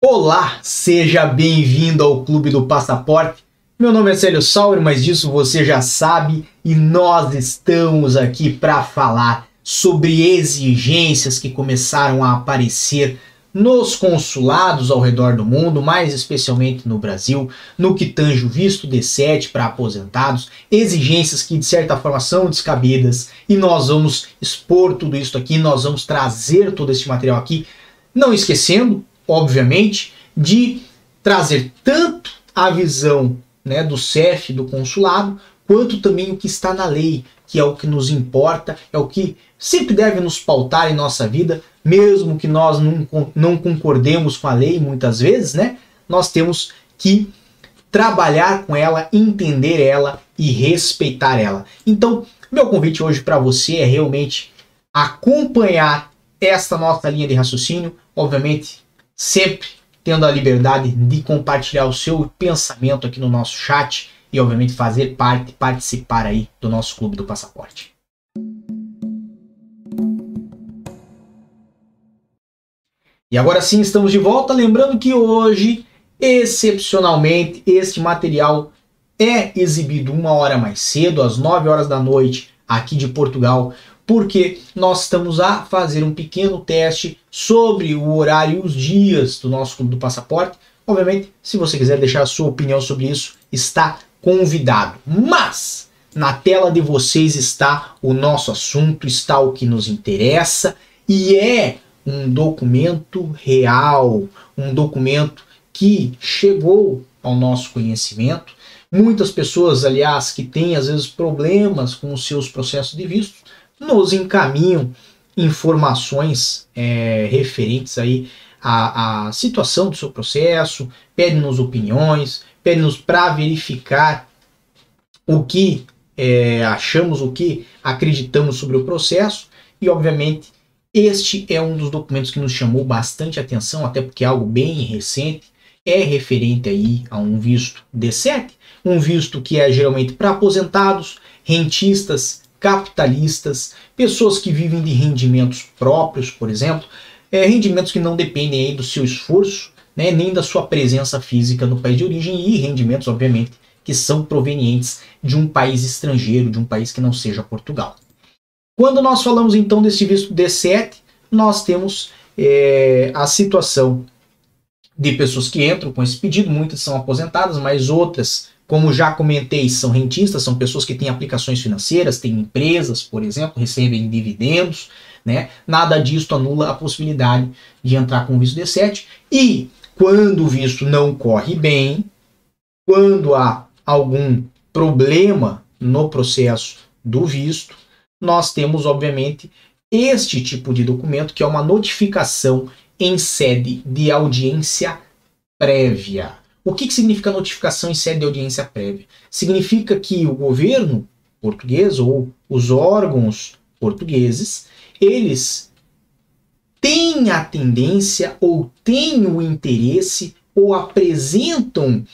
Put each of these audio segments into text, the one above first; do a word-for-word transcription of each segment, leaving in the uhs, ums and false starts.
Olá, seja bem-vindo ao Clube do Passaporte. Meu nome é Célio Sauri, mas disso você já sabe, e nós estamos aqui para falar sobre exigências que começaram a aparecer nos consulados ao redor do mundo, mais especialmente no Brasil, no que tange o visto D sete para aposentados, exigências que de certa forma são descabidas, e nós vamos expor tudo isso aqui, nós vamos trazer todo esse material aqui, não esquecendo, obviamente, de trazer tanto a visão, né, do C E F, do consulado, quanto também o que está na lei, que é o que nos importa, é o que sempre deve nos pautar em nossa vida, mesmo que nós não, não concordemos com a lei muitas vezes, né? Nós temos que trabalhar com ela, entender ela e respeitar ela. Então, meu convite hoje para você é realmente acompanhar esta nossa linha de raciocínio, obviamente sempre tendo a liberdade de compartilhar o seu pensamento aqui no nosso chat e obviamente fazer parte, participar aí do nosso Clube do Passaporte. E agora sim estamos de volta, lembrando que hoje, excepcionalmente, este material é exibido uma hora mais cedo, às nove horas da noite, aqui de Portugal, porque nós estamos a fazer um pequeno teste sobre o horário e os dias do nosso Clube do Passaporte. Obviamente, se você quiser deixar a sua opinião sobre isso, está convidado. Mas, na tela de vocês está o nosso assunto, está o que nos interessa, e é um documento real, um documento que chegou ao nosso conhecimento. Muitas pessoas, aliás, que têm às vezes problemas com os seus processos de visto, nos encaminham informações é, referentes aí à, à situação do seu processo, pedem-nos opiniões, pedem-nos para verificar o que é, achamos, o que acreditamos sobre o processo, e obviamente este é um dos documentos que nos chamou bastante atenção, até porque é algo bem recente, é referente aí a um visto D sete, um visto que é geralmente para aposentados, rentistas, capitalistas, pessoas que vivem de rendimentos próprios, por exemplo, é, rendimentos que não dependem aí do seu esforço, né, nem da sua presença física no país de origem, e rendimentos, obviamente, que são provenientes de um país estrangeiro, de um país que não seja Portugal. Quando nós falamos então desse visto D sete, nós temos é, a situação de pessoas que entram com esse pedido, muitas são aposentadas, mas outras, como já comentei, são rentistas, são pessoas que têm aplicações financeiras, têm empresas, por exemplo, recebem dividendos, né? Nada disso anula a possibilidade de entrar com o visto D sete, e quando o visto não corre bem, quando há algum problema no processo do visto, nós temos, obviamente, este tipo de documento, que é uma notificação em sede de audiência prévia. O que, que significa notificação em sede de audiência prévia? Significa que o governo português ou os órgãos portugueses, eles têm a tendência ou têm o interesse ou apresentam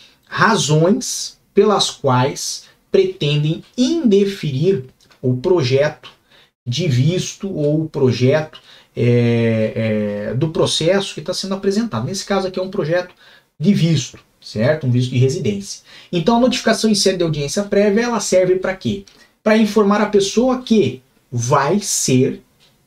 razões pelas quais pretendem indeferir o projeto de visto ou o projeto é, é, do processo que está sendo apresentado. Nesse caso aqui é um projeto de visto, certo? Um visto de residência. Então a notificação em sede de audiência prévia, ela serve para quê? Para informar a pessoa que vai ser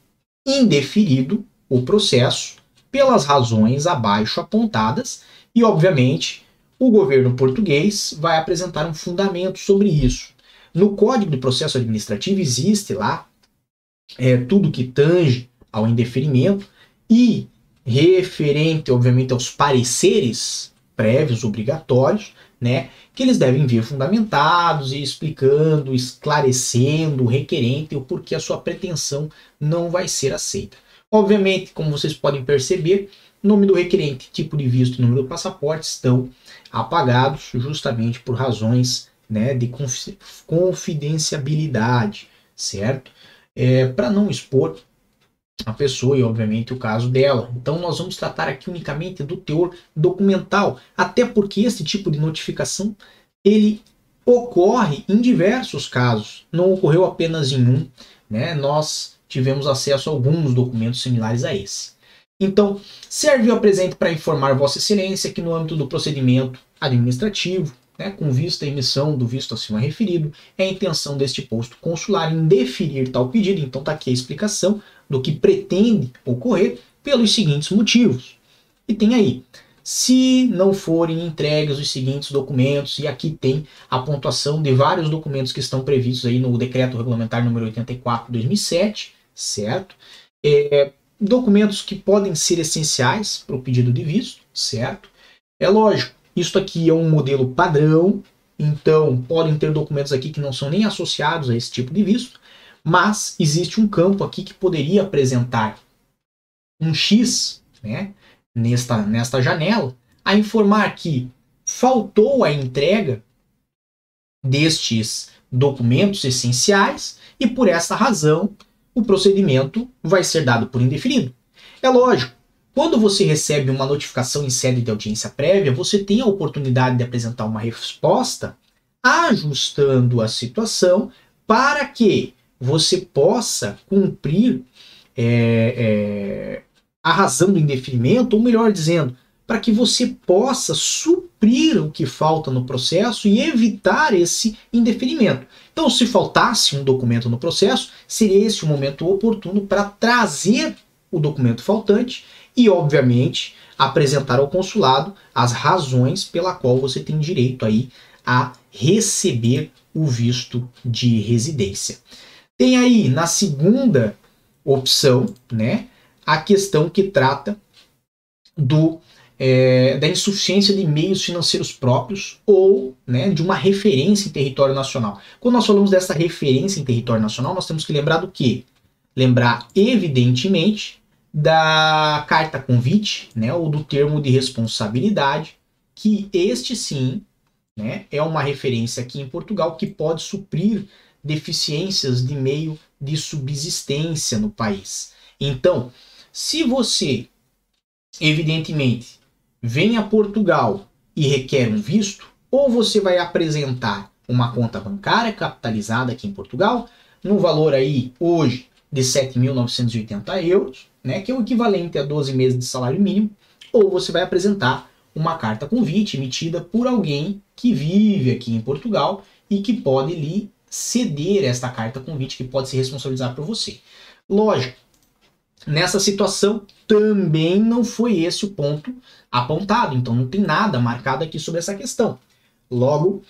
indeferido o processo pelas razões abaixo apontadas, e obviamente o governo português vai apresentar um fundamento sobre isso. No Código de Processo Administrativo existe lá é, tudo que tange ao indeferimento, e referente, obviamente, aos pareceres prévios obrigatórios, né, que eles devem vir fundamentados e explicando, esclarecendo o requerente o porquê a sua pretensão não vai ser aceita. Obviamente, como vocês podem perceber, nome do requerente, tipo de visto e número do passaporte estão apagados justamente por razões, né, de confidencialidade, certo? É, para não expor a pessoa e, obviamente, o caso dela. Então, nós vamos tratar aqui unicamente do teor documental, até porque esse tipo de notificação, ele ocorre em diversos casos, não ocorreu apenas em um, né? Nós tivemos acesso a alguns documentos similares a esse. Então, serve o apresente para informar Vossa Excelência que no âmbito do procedimento administrativo, né, com vista à emissão do visto acima referido, é a intenção deste posto consular em deferir tal pedido. Então está aqui a explicação do que pretende ocorrer pelos seguintes motivos. E tem aí, se não forem entregues os seguintes documentos, e aqui tem a pontuação de vários documentos que estão previstos aí no Decreto Regulamentar número oitenta e quatro de dois mil e sete, certo? É, documentos que podem ser essenciais para o pedido de visto, certo? É lógico, isso aqui é um modelo padrão, então podem ter documentos aqui que não são nem associados a esse tipo de visto, mas existe um campo aqui que poderia apresentar um X, né, nesta, nesta janela, a informar que faltou a entrega destes documentos essenciais e por essa razão o procedimento vai ser dado por indeferido. É lógico, quando você recebe uma notificação em sede de audiência prévia, você tem a oportunidade de apresentar uma resposta ajustando a situação para que você possa cumprir é, é, a razão do indeferimento, ou melhor dizendo, para que você possa suprir o que falta no processo e evitar esse indeferimento. Então, se faltasse um documento no processo, seria esse o momento oportuno para trazer o documento faltante e, obviamente, apresentar ao consulado as razões pela qual você tem direito aí a receber o visto de residência. Tem aí, na segunda opção, né, a questão que trata do, é, da insuficiência de meios financeiros próprios ou, né, de uma referência em território nacional. Quando nós falamos dessa referência em território nacional, nós temos que lembrar do quê? Lembrar, evidentemente, da carta convite, né, ou do termo de responsabilidade, que este sim, né, é uma referência aqui em Portugal que pode suprir deficiências de meio de subsistência no país. Então, se você, evidentemente, vem a Portugal e requer um visto, ou você vai apresentar uma conta bancária capitalizada aqui em Portugal, no valor aí, hoje, de sete mil novecentos e oitenta euros, né, que é o equivalente a doze meses de salário mínimo, ou você vai apresentar uma carta convite emitida por alguém que vive aqui em Portugal e que pode lhe ceder esta carta convite, que pode se responsabilizar por você. Lógico, nessa situação também não foi esse o ponto apontado, então não tem nada marcado aqui sobre essa questão. Logo,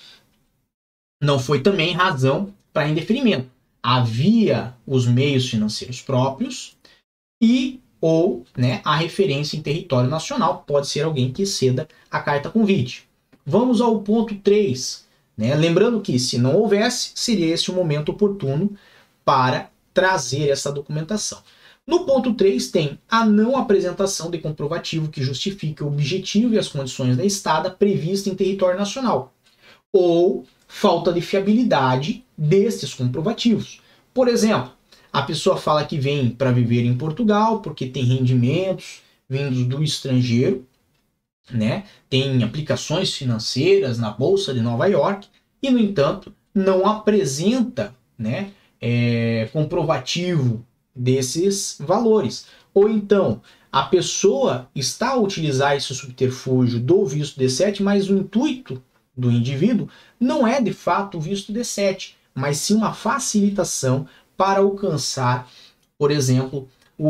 não foi também razão para indeferimento. Havia os meios financeiros próprios e ou, né, a referência em território nacional, pode ser alguém que ceda a carta convite. Vamos ao ponto três, né? Lembrando que se não houvesse, seria esse o momento oportuno para trazer essa documentação. No ponto três tem a não apresentação de comprovativo que justifique o objetivo e as condições da estada prevista em território nacional, ou falta de fiabilidade destes comprovativos. Por exemplo, a pessoa fala que vem para viver em Portugal porque tem rendimentos vindos do estrangeiro, né? Tem aplicações financeiras na Bolsa de Nova York e, no entanto, não apresenta, né, é, comprovativo desses valores. Ou então, a pessoa está a utilizar esse subterfúgio do visto D sete, mas o intuito do indivíduo não é de fato o visto D sete, mas sim uma facilitação para alcançar, por exemplo,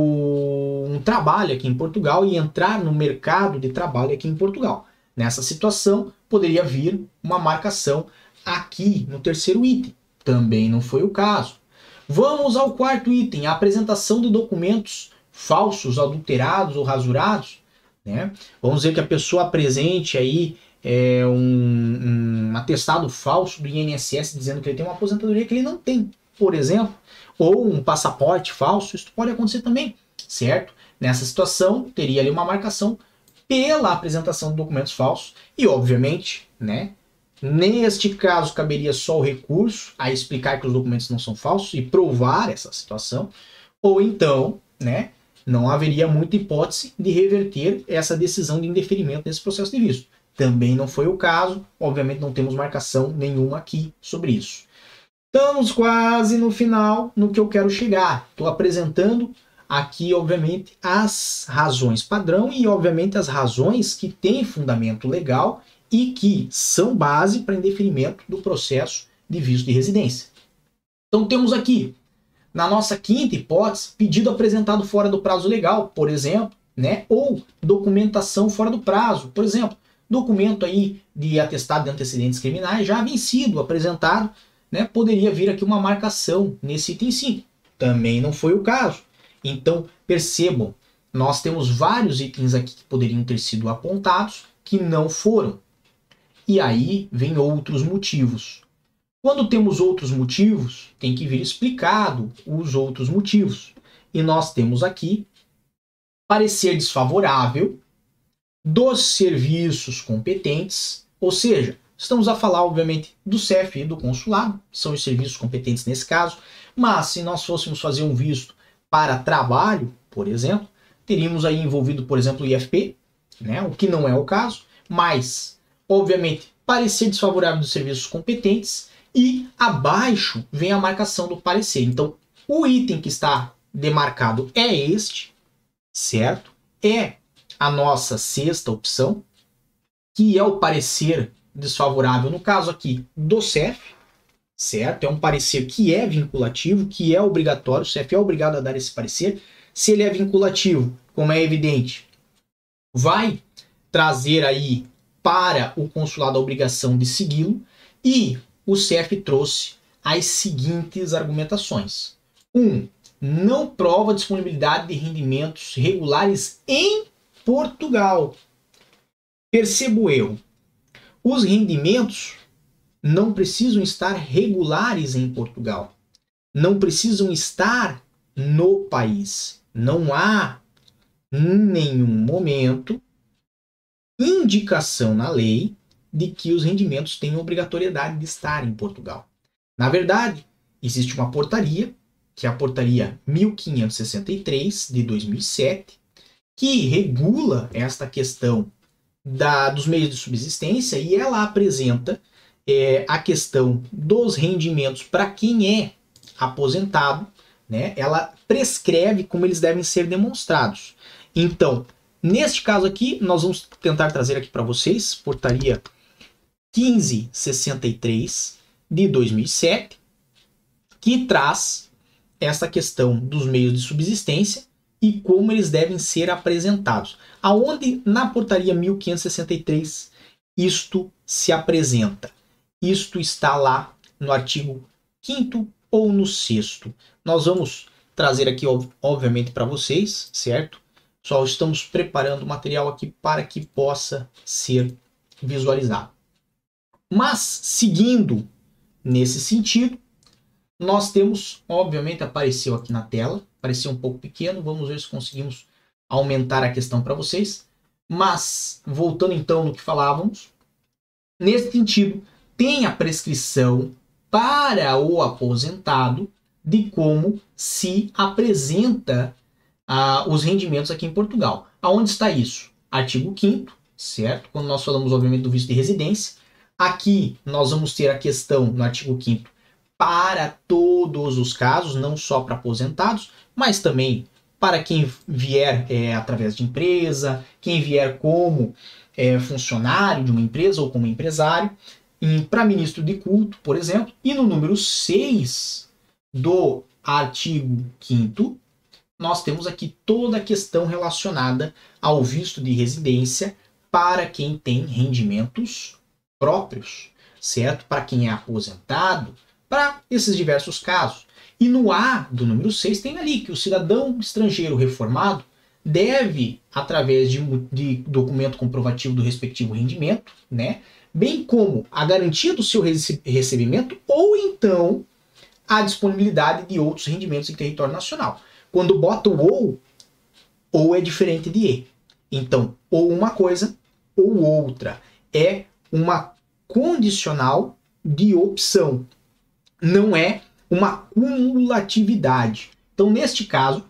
o, um trabalho aqui em Portugal e entrar no mercado de trabalho aqui em Portugal. Nessa situação, poderia vir uma marcação aqui no terceiro item. Também não foi o caso. Vamos ao quarto item, a apresentação de documentos falsos, adulterados ou rasurados, né? Vamos dizer que a pessoa apresente aí é, um, um atestado falso do I N S S dizendo que ele tem uma aposentadoria que ele não tem, por exemplo, ou um passaporte falso. Isso pode acontecer também, certo? Nessa situação, teria ali uma marcação pela apresentação de documentos falsos e, obviamente, né, neste caso, caberia só o recurso a explicar que os documentos não são falsos e provar essa situação, ou então, né, não haveria muita hipótese de reverter essa decisão de indeferimento nesse processo de visto. Também não foi o caso, obviamente não temos marcação nenhuma aqui sobre isso. Estamos quase no final, no que eu quero chegar. Estou apresentando aqui, obviamente, as razões padrão e, obviamente, as razões que têm fundamento legal e que são base para indeferimento do processo de visto de residência. Então, temos aqui, na nossa quinta hipótese, pedido apresentado fora do prazo legal, por exemplo, né? Ou documentação fora do prazo, por exemplo, documento aí de atestado de antecedentes criminais já vencido, apresentado, né? Poderia vir aqui uma marcação nesse item cinco. Também não foi o caso. Então, percebam, nós temos vários itens aqui que poderiam ter sido apontados que não foram. E aí vem outros motivos. Quando temos outros motivos, tem que vir explicado os outros motivos. E nós temos aqui parecer desfavorável dos serviços competentes, ou seja, estamos a falar, obviamente, do C E F e do consulado, são os serviços competentes nesse caso, mas se nós fôssemos fazer um visto para trabalho, por exemplo, teríamos aí envolvido, por exemplo, o I F P, né, o que não é o caso, mas, obviamente, parecer desfavorável dos serviços competentes e abaixo vem a marcação do parecer. Então, o item que está demarcado é este, certo? É a nossa sexta opção, que é o parecer desfavorável, no caso aqui, do C E F, certo? É um parecer que é vinculativo, que é obrigatório, o C E F é obrigado a dar esse parecer. Se ele é vinculativo, como é evidente, vai trazer aí para o consulado a obrigação de segui-lo, e o C E F trouxe as seguintes argumentações. um. Não prova disponibilidade de rendimentos regulares em Portugal. Perceba o erro. Os rendimentos não precisam estar regulares em Portugal. Não precisam estar no país. Não há, em nenhum momento, indicação na lei de que os rendimentos têm obrigatoriedade de estar em Portugal. Na verdade, existe uma portaria, que é a portaria mil quinhentos e sessenta e três, de dois mil e sete, que regula esta questão da, dos meios de subsistência, e ela apresenta é, a questão dos rendimentos para quem é aposentado, né? Ela prescreve como eles devem ser demonstrados. Então, neste caso aqui, nós vamos tentar trazer aqui para vocês, portaria quinze sessenta e três, de dois mil e sete, que traz essa questão dos meios de subsistência e como eles devem ser apresentados. Aonde na portaria mil quinhentos e sessenta e três isto se apresenta? Isto está lá no artigo quinto ou no sexto. Nós vamos trazer aqui, obviamente, para vocês, certo? Só estamos preparando o material aqui para que possa ser visualizado. Mas, seguindo nesse sentido, nós temos, obviamente, apareceu aqui na tela, apareceu um pouco pequeno, vamos ver se conseguimos aumentar a questão para vocês. Mas, voltando então no que falávamos, nesse sentido, tem a prescrição para o aposentado de como se apresenta ah, os rendimentos aqui em Portugal. Aonde está isso? Artigo quinto, certo? Quando nós falamos, obviamente, do visto de residência, aqui nós vamos ter a questão no artigo quinto para todos os casos, não só para aposentados, mas também para quem vier é, através de empresa, quem vier como é, funcionário de uma empresa ou como empresário, para ministro de culto, por exemplo. E no número seis do artigo quinto, nós temos aqui toda a questão relacionada ao visto de residência para quem tem rendimentos próprios, certo? Para quem é aposentado, para esses diversos casos. E no A do número seis tem ali que o cidadão estrangeiro reformado deve, através de, de documento comprovativo do respectivo rendimento, né, bem como a garantia do seu recebimento ou então a disponibilidade de outros rendimentos em território nacional. Quando bota o ou, ou é diferente de e. Então, ou uma coisa ou outra. É uma condicional de opção. Não é uma cumulatividade. Então, neste caso,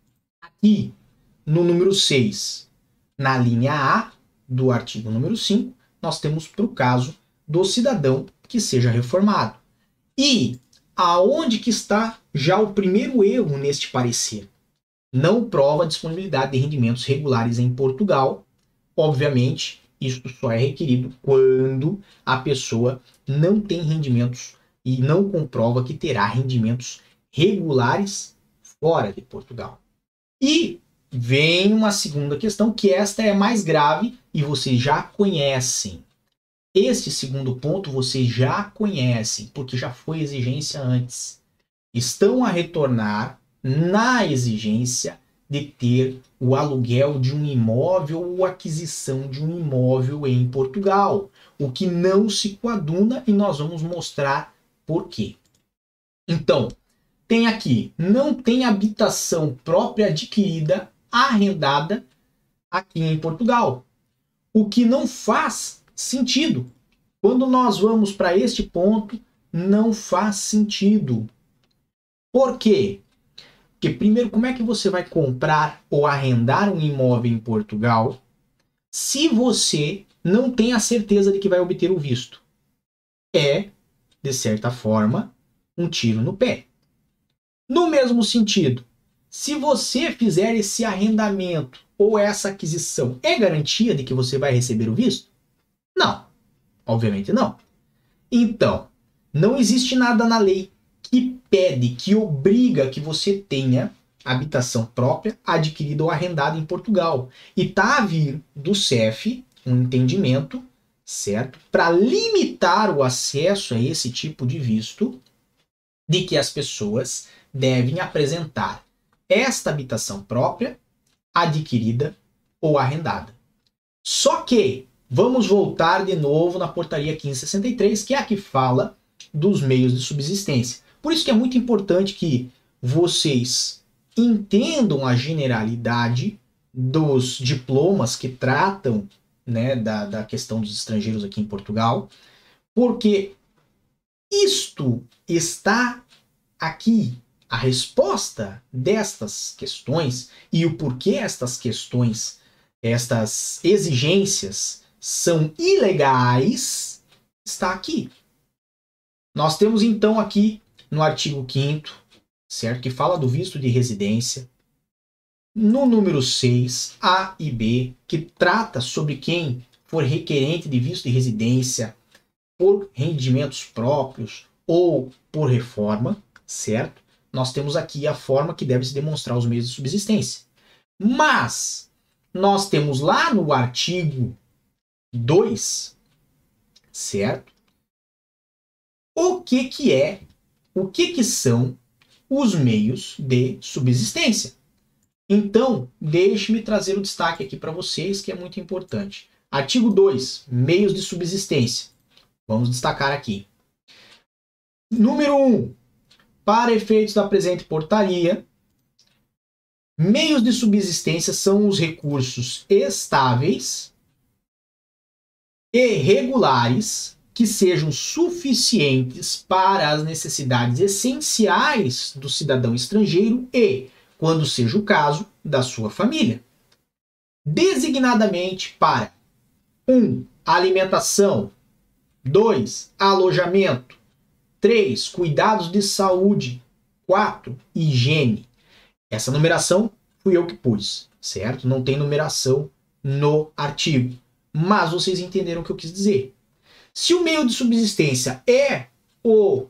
aqui no número seis, na linha A do artigo número cinco, nós temos para o caso do cidadão que seja reformado. E aonde que está já o primeiro erro neste parecer? não prova a disponibilidade de rendimentos regulares em Portugal. Obviamente, isso só é requerido quando a pessoa não tem rendimentos e não comprova que terá rendimentos regulares fora de Portugal. E vem uma segunda questão, que esta é mais grave e vocês já conhecem. Este segundo ponto vocês já conhecem, porque já foi exigência antes. Estão a retornar na exigência de ter o aluguel de um imóvel ou aquisição de um imóvel em Portugal, o que não se coaduna e nós vamos mostrar por quê. Então, tem aqui, não tem habitação própria adquirida, arrendada aqui em Portugal, o que não faz sentido. Quando nós vamos para este ponto, não faz sentido. Por quê? Porque, primeiro, como é que você vai comprar ou arrendar um imóvel em Portugal se você não tem a certeza de que vai obter o visto? É, de certa forma, um tiro no pé. No mesmo sentido, se você fizer esse arrendamento ou essa aquisição, é garantia de que você vai receber o visto? Não, obviamente não. Então, não existe nada na lei que pede, que obriga que você tenha habitação própria, adquirida ou arrendada em Portugal. E tá a vir do C E F um entendimento, certo? Para limitar o acesso a esse tipo de visto, de que as pessoas devem apresentar esta habitação própria, adquirida ou arrendada. Só que vamos voltar de novo na portaria quinze sessenta e três, que é a que fala dos meios de subsistência. Por isso que é muito importante que vocês entendam a generalidade dos diplomas que tratam, né, da, da questão dos estrangeiros aqui em Portugal, porque isto está aqui, a resposta destas questões e o porquê estas questões, estas exigências são ilegais, está aqui. Nós temos então aqui no artigo quinto, certo, que fala do visto de residência, no número seis, A e B, que trata sobre quem for requerente de visto de residência por rendimentos próprios ou por reforma, certo? Nós temos aqui a forma que deve se demonstrar os meios de subsistência. Mas nós temos lá no artigo dois, certo? O que que é, o que que são os meios de subsistência? Então, deixe-me trazer o destaque aqui para vocês, que é muito importante. Artigo dois, meios de subsistência. Vamos destacar aqui. Número um, para efeitos da presente portaria, meios de subsistência são os recursos estáveis e regulares que sejam suficientes para as necessidades essenciais do cidadão estrangeiro e, quando seja o caso, da sua família. Designadamente para um, alimentação, dois, alojamento, três, cuidados de saúde, quatro, higiene. Essa numeração fui eu que pus, certo? Não tem numeração no artigo, mas vocês entenderam o que eu quis dizer. Se o meio de subsistência é o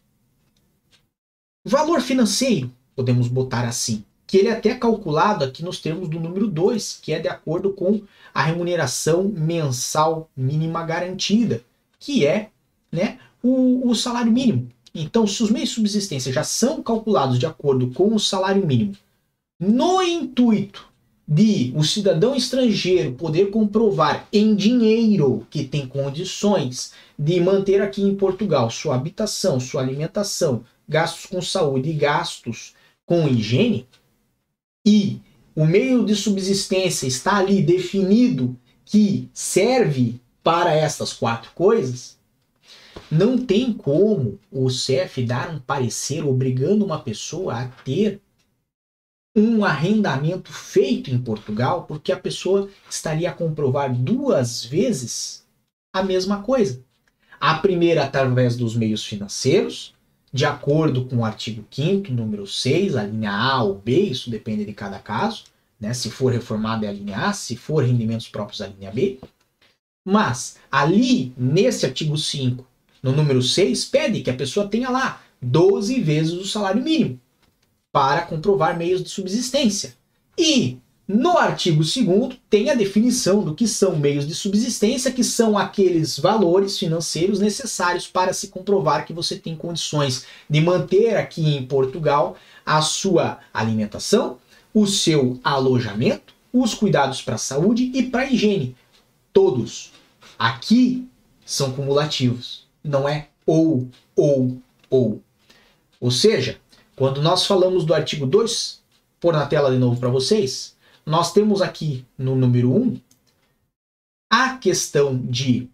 valor financeiro, podemos botar assim, que ele é até calculado aqui nos termos do número dois, que é de acordo com a remuneração mensal mínima garantida, que é, né, o, o salário mínimo. Então, se os meios de subsistência já são calculados de acordo com o salário mínimo, no intuito de o cidadão estrangeiro poder comprovar em dinheiro que tem condições de manter aqui em Portugal sua habitação, sua alimentação, gastos com saúde e gastos com higiene, e o meio de subsistência está ali definido que serve para essas quatro coisas, não tem como o C E F dar um parecer obrigando uma pessoa a ter um arrendamento feito em Portugal, porque a pessoa estaria a comprovar duas vezes a mesma coisa. A primeira através dos meios financeiros, de acordo com o artigo quinto, número seis, a linha A ou B, isso depende de cada caso, né? Se for reformado é a linha A, se for rendimentos próprios é a linha B. Mas ali, nesse artigo cinco, no número seis, pede que a pessoa tenha lá doze vezes o salário mínimo para comprovar meios de subsistência. E no artigo segundo tem a definição do que são meios de subsistência, que são aqueles valores financeiros necessários para se comprovar que você tem condições de manter aqui em Portugal a sua alimentação, o seu alojamento, os cuidados para a saúde e para a higiene. Todos aqui são cumulativos, não é ou, ou, ou. Ou seja, quando nós falamos do artigo dois, pôr na tela de novo para vocês, nós temos aqui no número um a questão de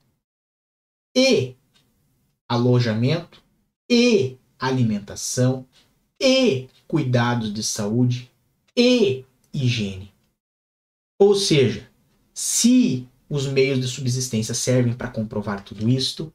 e alojamento, e alimentação, e cuidados de saúde, e higiene. Ou seja, se os meios de subsistência servem para comprovar tudo isto,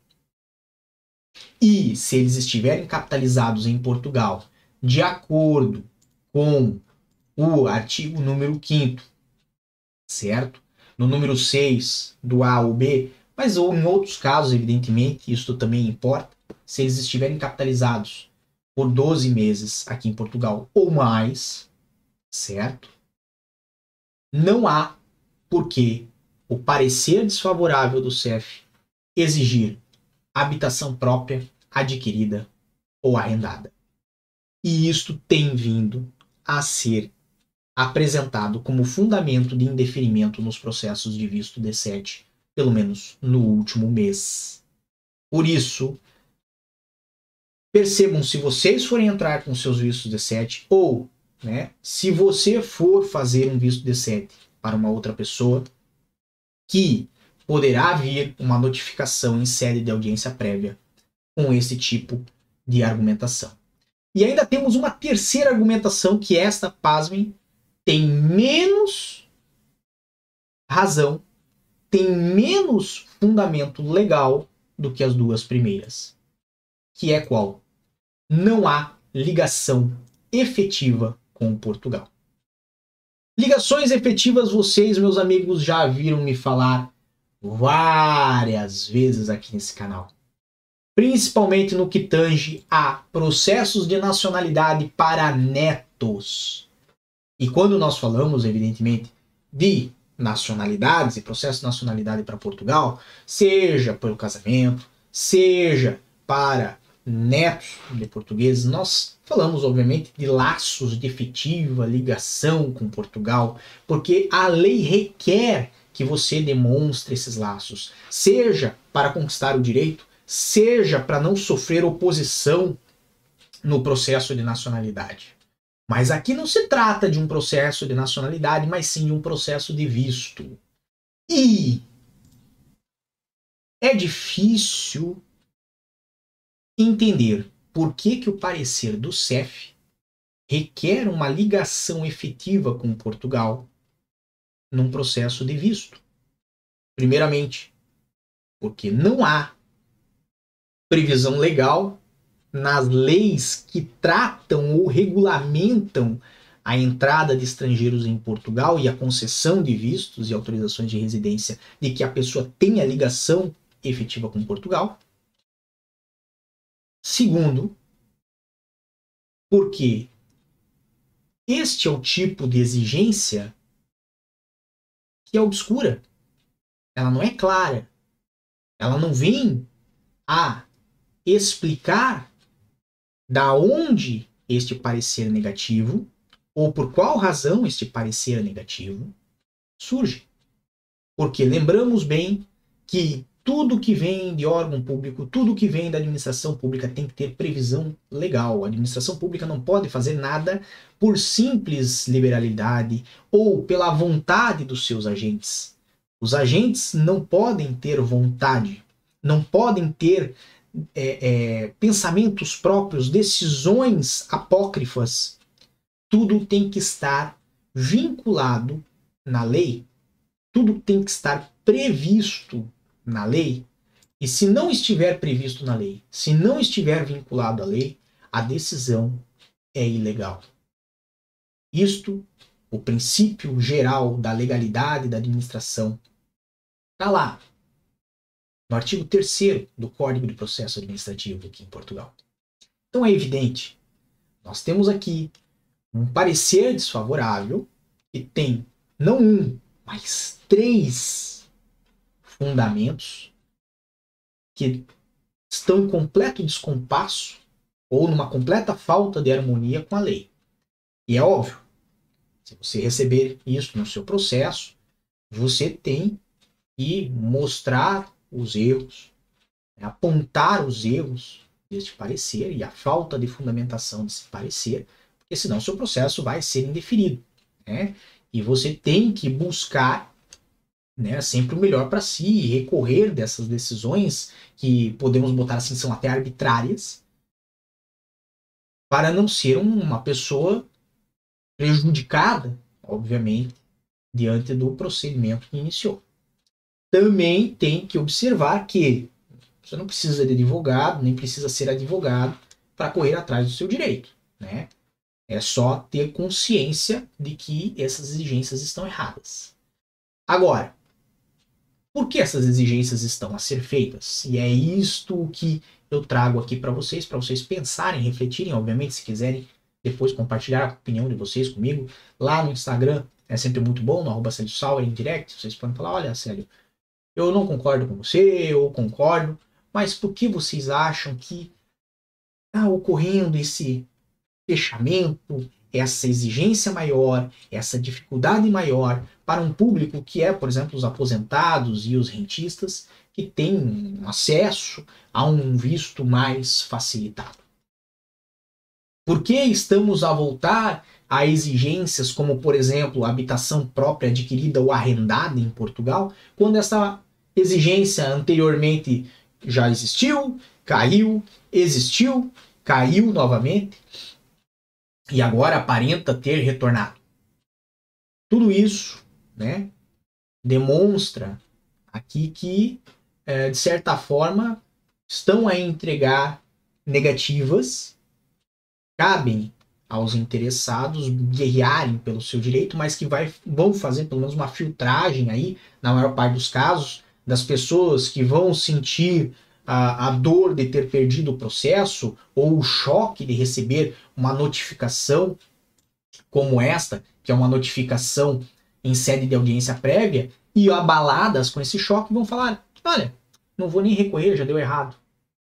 e se eles estiverem capitalizados em Portugal de acordo com o artigo número quinto, certo? No número seis, do A ou B, mas ou em outros casos, evidentemente, isso também importa, se eles estiverem capitalizados por doze meses aqui em Portugal ou mais, certo? Não há por que o parecer desfavorável do C E F exigir habitação própria, adquirida ou arrendada. E isto tem vindo a ser apresentado como fundamento de indeferimento nos processos de visto D sete, pelo menos no último mês. Por isso, percebam, se vocês forem entrar com seus vistos D sete, ou né, se você for fazer um visto D sete para uma outra pessoa, que poderá vir uma notificação em sede de audiência prévia com esse tipo de argumentação. E ainda temos uma terceira argumentação, que esta, pasmem, tem menos razão, tem menos fundamento legal do que as duas primeiras. Que é qual? Não há ligação efetiva com Portugal. Ligações efetivas, vocês, meus amigos, já viram me falar várias vezes aqui nesse canal. Principalmente no que tange a processos de nacionalidade para netos. E quando nós falamos, evidentemente, de nacionalidades e processo de nacionalidade para Portugal, seja pelo casamento, seja para netos de portugueses, nós falamos, obviamente, de laços de efetiva ligação com Portugal, porque a lei requer que você demonstre esses laços, seja para conquistar o direito, seja para não sofrer oposição no processo de nacionalidade. Mas aqui não se trata de um processo de nacionalidade, mas sim de um processo de visto. E é difícil entender por que que o parecer do C E F requer uma ligação efetiva com Portugal num processo de visto. Primeiramente, porque não há previsão legal nas leis que tratam ou regulamentam a entrada de estrangeiros em Portugal e a concessão de vistos e autorizações de residência de que a pessoa tenha ligação efetiva com Portugal. Segundo, porque este é o tipo de exigência que é obscura. Ela não é clara. Ela não vem a explicar da onde este parecer negativo, ou por qual razão este parecer negativo surge. Porque lembramos bem que tudo que vem de órgão público, tudo que vem da administração pública tem que ter previsão legal. A administração pública não pode fazer nada por simples liberalidade ou pela vontade dos seus agentes. Os agentes não podem ter vontade, não podem ter é, é, pensamentos próprios, decisões apócrifas. Tudo tem que estar vinculado na lei, tudo tem que estar previsto na lei, E se não estiver previsto na lei, se não estiver vinculado à lei, a decisão é ilegal. Isto, o princípio geral da legalidade da administração, está lá, no artigo terceiro do Código de Processo Administrativo aqui em Portugal. Então é evidente, nós temos aqui um parecer desfavorável que tem não um, mas três fundamentos que estão em completo descompasso ou numa completa falta de harmonia com a lei. E é óbvio, se você receber isso no seu processo, você tem que mostrar os erros, né, apontar os erros deste parecer e a falta de fundamentação desse parecer, porque senão o seu processo vai ser indeferido, né? E você tem que buscar, né, sempre o melhor para si e recorrer dessas decisões que podemos botar assim, são até arbitrárias, para não ser uma pessoa prejudicada, obviamente, diante do procedimento que iniciou. Também tem que observar que você não precisa de advogado, nem precisa ser advogado para correr atrás do seu direito, né? É só ter consciência de que essas exigências estão erradas. Agora, por que essas exigências estão a ser feitas? E é isto que eu trago aqui para vocês, para vocês pensarem, refletirem, obviamente, se quiserem depois compartilhar a opinião de vocês comigo, lá no Instagram, é sempre muito bom, no arroba Célio Sauer, em direct, vocês podem falar, olha, Célio, eu não concordo com você, eu concordo, mas por que vocês acham que está ocorrendo esse fechamento, essa exigência maior, essa dificuldade maior para um público que é, por exemplo, os aposentados e os rentistas, que têm acesso a um visto mais facilitado? Por que estamos a voltar a exigências como, por exemplo, a habitação própria adquirida ou arrendada em Portugal, quando essa exigência anteriormente já existiu, caiu, existiu, caiu novamente e agora aparenta ter retornado? Tudo isso, né, demonstra aqui que, é, de certa forma, estão a entregar negativas. Cabem aos interessados guerrearem pelo seu direito, mas que vai, vão fazer pelo menos uma filtragem aí, na maior parte dos casos, das pessoas que vão sentir a, a dor de ter perdido o processo ou o choque de receber uma notificação como esta, que é uma notificação em sede de audiência prévia, e abaladas com esse choque vão falar, olha, não vou nem recorrer, já deu errado.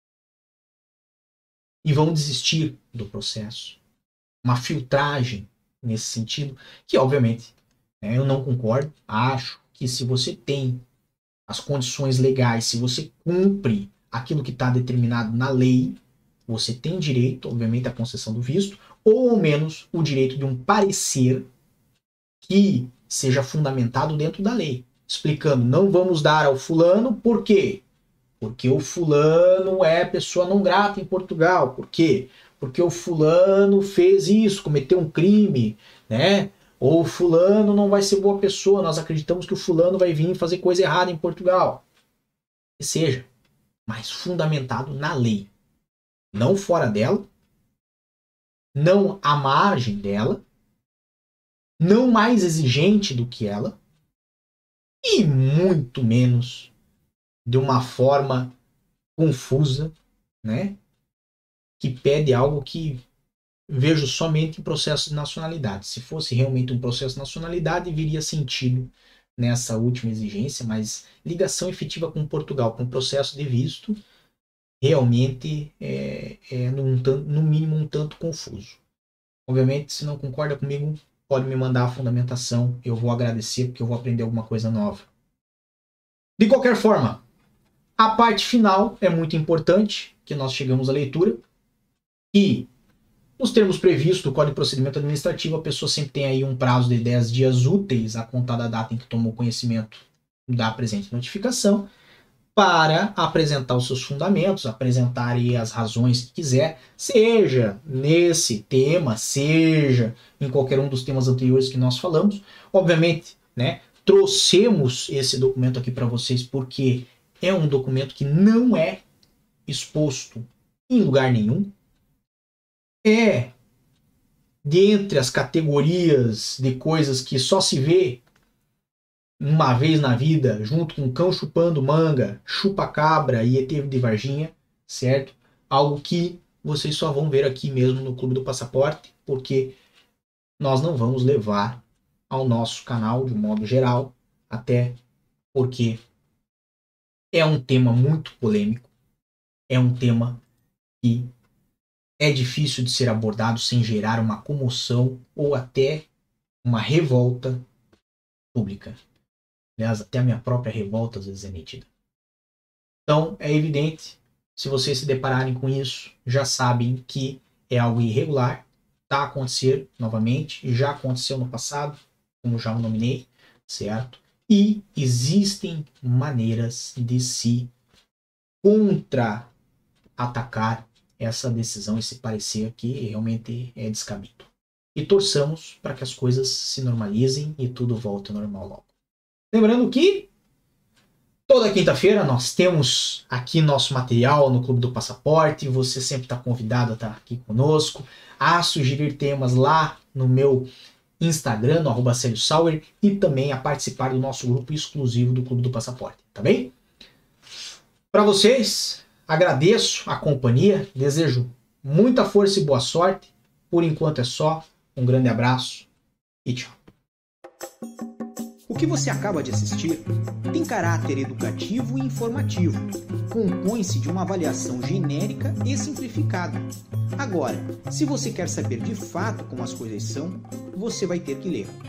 E vão desistir do processo. Uma filtragem nesse sentido, que obviamente, né, eu não concordo. Acho que se você tem as condições legais, se você cumpre aquilo que está determinado na lei, você tem direito, obviamente, à concessão do visto, ou ao menos o direito de um parecer que seja fundamentado dentro da lei, explicando, não vamos dar ao fulano, por quê? Porque o fulano é pessoa não grata em Portugal. Por quê? Porque o fulano fez isso, cometeu um crime, né? Ou o fulano não vai ser boa pessoa, nós acreditamos que o fulano vai vir fazer coisa errada em Portugal. Que seja, mas fundamentado na lei. Não fora dela, não à margem dela, não mais exigente do que ela, e muito menos de uma forma confusa, né, que pede algo que vejo somente em processo de nacionalidade. Se fosse realmente um processo de nacionalidade, viria sentido nessa última exigência, mas ligação efetiva com Portugal, com processo de visto, realmente é, é num, no mínimo um tanto confuso. Obviamente, se não concorda comigo, pode me mandar a fundamentação, eu vou agradecer, porque eu vou aprender alguma coisa nova. De qualquer forma, a parte final é muito importante, que nós chegamos à leitura, e nos termos previstos do Código de Procedimento Administrativo, a pessoa sempre tem aí um prazo de dez dias úteis a contar da data em que tomou conhecimento da presente notificação, para apresentar os seus fundamentos, apresentar aí as razões que quiser, seja nesse tema, seja em qualquer um dos temas anteriores que nós falamos. Obviamente, né, trouxemos esse documento aqui para vocês porque é um documento que não é exposto em lugar nenhum. É dentre as categorias de coisas que só se vê uma vez na vida, junto com cão chupando manga, chupa-cabra e E T de Varginha, certo? Algo que vocês só vão ver aqui mesmo no Clube do Passaporte, porque nós não vamos levar ao nosso canal de modo geral, até porque é um tema muito polêmico, é um tema que é difícil de ser abordado sem gerar uma comoção ou até uma revolta pública. Aliás, até a minha própria revolta às vezes é nítida. Então, é evidente, se vocês se depararem com isso, já sabem que é algo irregular, está a acontecer novamente, já aconteceu no passado, como já o nominei, certo? E existem maneiras de se contra-atacar essa decisão, esse parecer que realmente é descabido. E torçamos para que as coisas se normalizem e tudo volte ao normal logo. Lembrando que toda quinta-feira nós temos aqui nosso material no Clube do Passaporte. Você sempre está convidado a estar aqui conosco, a sugerir temas lá no meu Instagram, no arroba Célio Sauer, e também a participar do nosso grupo exclusivo do Clube do Passaporte, tá bem? Para vocês, agradeço a companhia, desejo muita força e boa sorte. Por enquanto é só, um grande abraço e tchau. O que você acaba de assistir tem caráter educativo e informativo. Compõe-se de uma avaliação genérica e simplificada. Agora, se você quer saber de fato como as coisas são, você vai ter que ler.